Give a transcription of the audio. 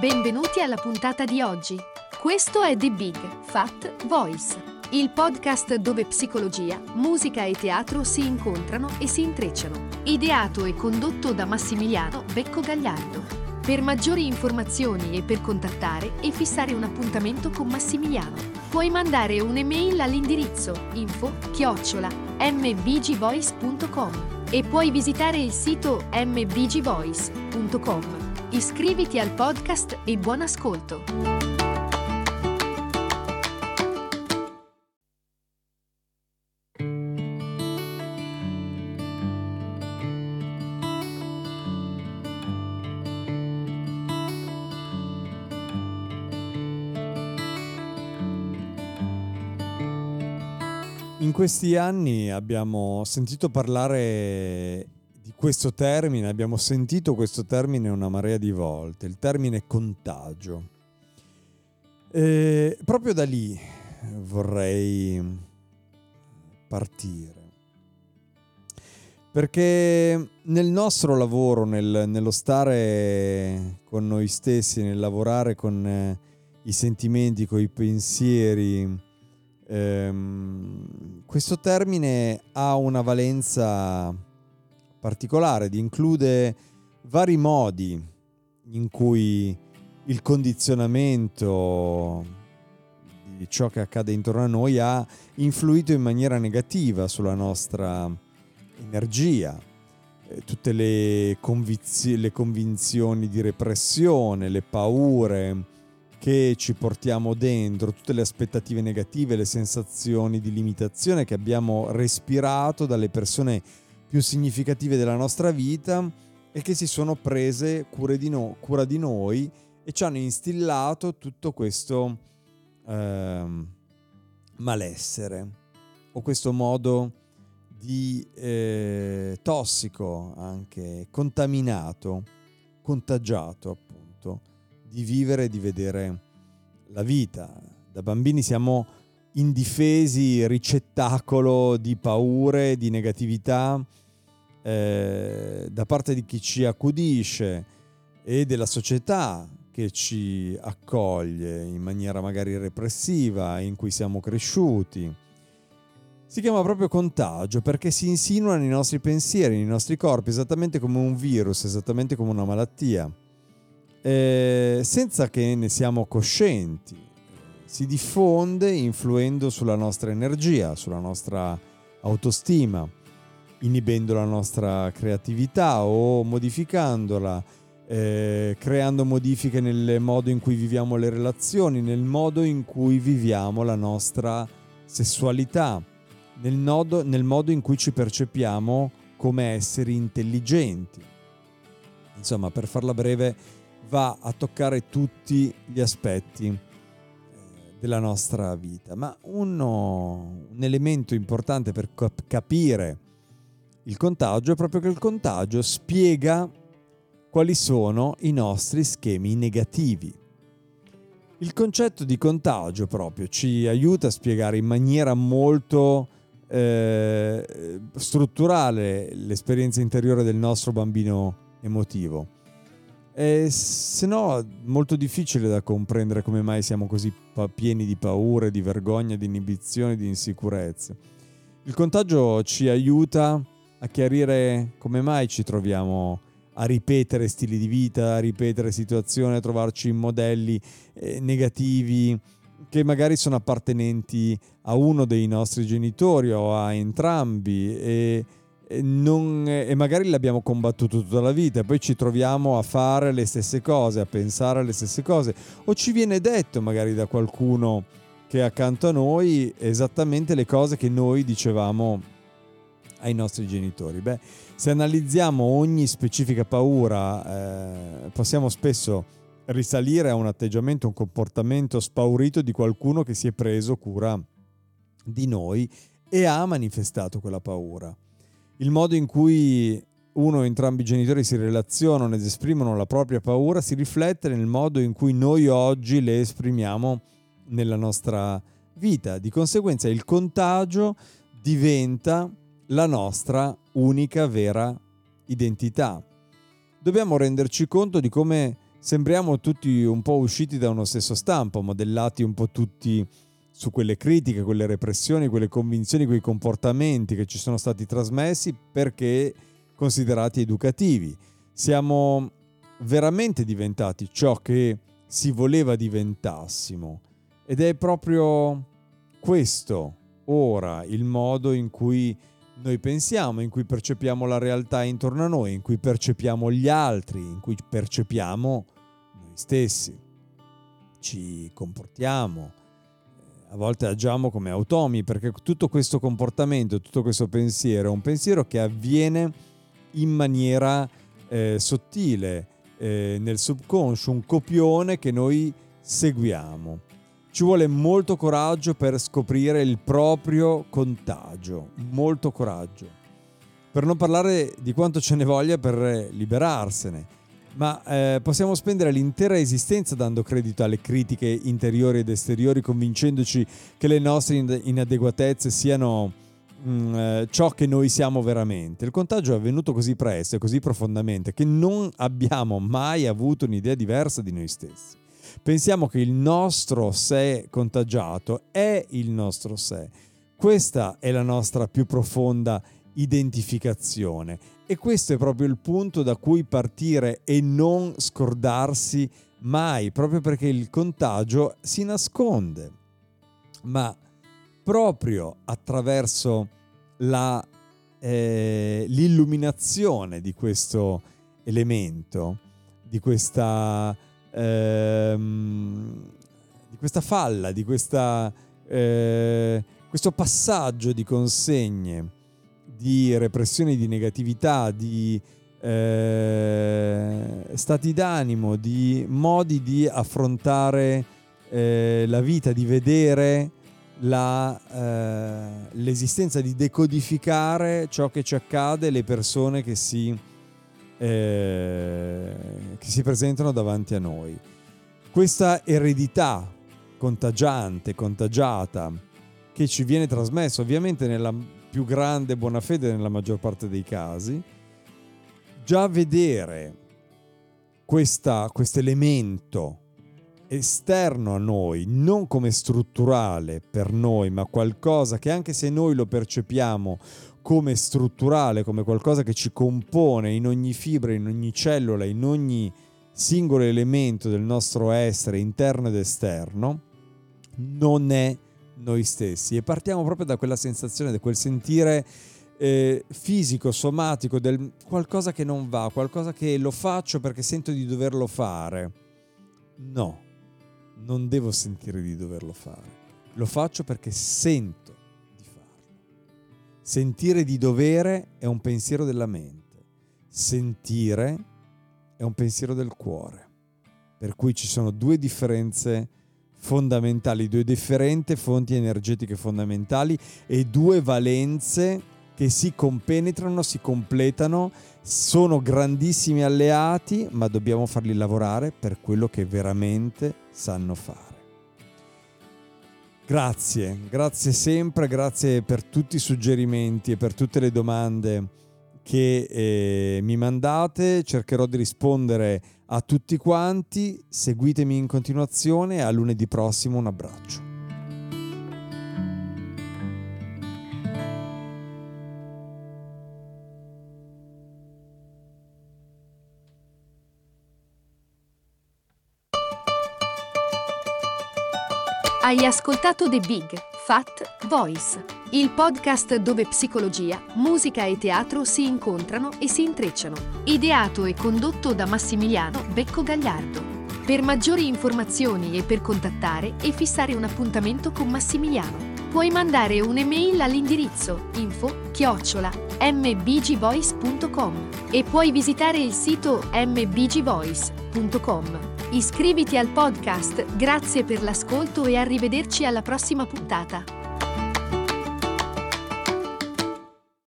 Benvenuti alla puntata di oggi. Questo è The Big Fat Voice, il podcast dove psicologia, musica e teatro si incontrano e si intrecciano. Ideato e condotto da Massimiliano Becco Gagliardo. Per maggiori informazioni e per contattare e fissare un appuntamento con Massimiliano, puoi mandare un'email all'indirizzo info@mbgvoice.com e puoi visitare il sito mbgvoice.com. Iscriviti al podcast e buon ascolto! In questi anni abbiamo sentito parlare di questo termine, abbiamo sentito questo termine una marea di volte, il termine contagio. E proprio da lì vorrei partire, perché nel nostro lavoro, nello stare con noi stessi, nel lavorare con i sentimenti, con i pensieri, questo termine ha una valenza particolare, include vari modi in cui il condizionamento di ciò che accade intorno a noi ha influito in maniera negativa sulla nostra energia. Tutte le convinzioni di repressione, le paure che ci portiamo dentro, tutte le aspettative negative, le sensazioni di limitazione che abbiamo respirato dalle persone più significative della nostra vita e che si sono prese cura di noi e ci hanno instillato tutto questo malessere o questo modo di tossico, anche contaminato, contagiato appunto, di vivere e di vedere la vita. Da bambini siamo indifesi, ricettacolo di paure, di negatività da parte di chi ci accudisce e della società che ci accoglie in maniera magari repressiva, in cui siamo cresciuti. Si chiama proprio contagio perché si insinua nei nostri pensieri, nei nostri corpi, esattamente come un virus, esattamente come una malattia. Senza che ne siamo coscienti, si diffonde influendo sulla nostra energia, sulla nostra autostima, inibendo la nostra creatività o modificandola, creando modifiche nel modo in cui viviamo le relazioni, nel modo in cui viviamo la nostra sessualità, nel modo in cui ci percepiamo come esseri intelligenti. Insomma, per farla breve, va a toccare tutti gli aspetti della nostra vita. Ma un elemento importante per capire il contagio è proprio che il contagio spiega quali sono i nostri schemi negativi. Il concetto di contagio proprio ci aiuta a spiegare in maniera molto strutturale l'esperienza interiore del nostro bambino emotivo. Se no è molto difficile da comprendere come mai siamo così pieni di paure, di vergogna, di inibizioni, di insicurezze. Il contagio ci aiuta a chiarire come mai ci troviamo a ripetere stili di vita, a ripetere situazioni, a trovarci in modelli negativi che magari sono appartenenti a uno dei nostri genitori o a entrambi e magari l'abbiamo combattuto tutta la vita e poi ci troviamo a fare le stesse cose, a pensare le stesse cose, o ci viene detto magari da qualcuno che è accanto a noi esattamente le cose che noi dicevamo ai nostri genitori. Se analizziamo ogni specifica paura, possiamo spesso risalire a un atteggiamento, un comportamento spaurito di qualcuno che si è preso cura di noi e ha manifestato quella paura. Il modo in cui uno o entrambi i genitori si relazionano ed esprimono la propria paura si riflette nel modo in cui noi oggi le esprimiamo nella nostra vita. Di conseguenza il contagio diventa la nostra unica vera identità. Dobbiamo renderci conto di come sembriamo tutti un po' usciti da uno stesso stampo, modellati un po' tutti su quelle critiche, quelle repressioni, quelle convinzioni, quei comportamenti che ci sono stati trasmessi perché considerati educativi. Siamo veramente diventati ciò che si voleva diventassimo, ed è proprio questo ora il modo in cui noi pensiamo, in cui percepiamo la realtà intorno a noi, in cui percepiamo gli altri, in cui percepiamo noi stessi. Ci comportiamo, a volte agiamo come automi, perché tutto questo comportamento, tutto questo pensiero è un pensiero che avviene in maniera sottile, nel subconscio, un copione che noi seguiamo. Ci vuole molto coraggio per scoprire il proprio contagio, molto coraggio. Per non parlare di quanto ce ne voglia per liberarsene. Ma possiamo spendere l'intera esistenza dando credito alle critiche interiori ed esteriori, convincendoci che le nostre inadeguatezze siano ciò che noi siamo veramente. Il contagio è avvenuto così presto e così profondamente che non abbiamo mai avuto un'idea diversa di noi stessi. Pensiamo che il nostro sé contagiato è il nostro sé. Questa è la nostra più profonda identificazione, e questo è proprio il punto da cui partire e non scordarsi mai, proprio perché il contagio si nasconde. Ma proprio attraverso l'illuminazione di questo elemento, di questa falla, di questo passaggio di consegne, di repressione, di negatività, di stati d'animo, di modi di affrontare la vita, di vedere l'esistenza, di decodificare ciò che ci accade, le persone che si presentano davanti a noi. Questa eredità contagiata che ci viene trasmessa ovviamente nella più grande buona fede nella maggior parte dei casi, già vedere questo elemento esterno a noi, non come strutturale per noi, ma qualcosa che, anche se noi lo percepiamo come strutturale, come qualcosa che ci compone in ogni fibra, in ogni cellula, in ogni singolo elemento del nostro essere interno ed esterno, non è noi stessi. E partiamo proprio da quella sensazione, da quel sentire fisico, somatico, del qualcosa che non va, qualcosa che lo faccio perché sento di doverlo fare. No, non devo sentire di doverlo fare, lo faccio perché sento di farlo. Sentire di dovere è un pensiero della mente, sentire è un pensiero del cuore, per cui ci sono due differenze fondamentali, due differenti fonti energetiche fondamentali e due valenze che si compenetrano, si completano, sono grandissimi alleati, ma dobbiamo farli lavorare per quello che veramente sanno fare. Grazie sempre, grazie per tutti i suggerimenti e per tutte le domande che mi mandate. Cercherò di rispondere a tutti quanti. Seguitemi in continuazione e a lunedì prossimo. Un abbraccio. Hai ascoltato The Big Fat Voice, il podcast dove psicologia, musica e teatro si incontrano e si intrecciano. Ideato e condotto da Massimiliano Becco Gagliardo. Per maggiori informazioni e per contattare e fissare un appuntamento con Massimiliano, puoi mandare un'email all'indirizzo info@mbgvoice.com e puoi visitare il sito mbgvoice.com. Iscriviti al podcast, grazie per l'ascolto e arrivederci alla prossima puntata.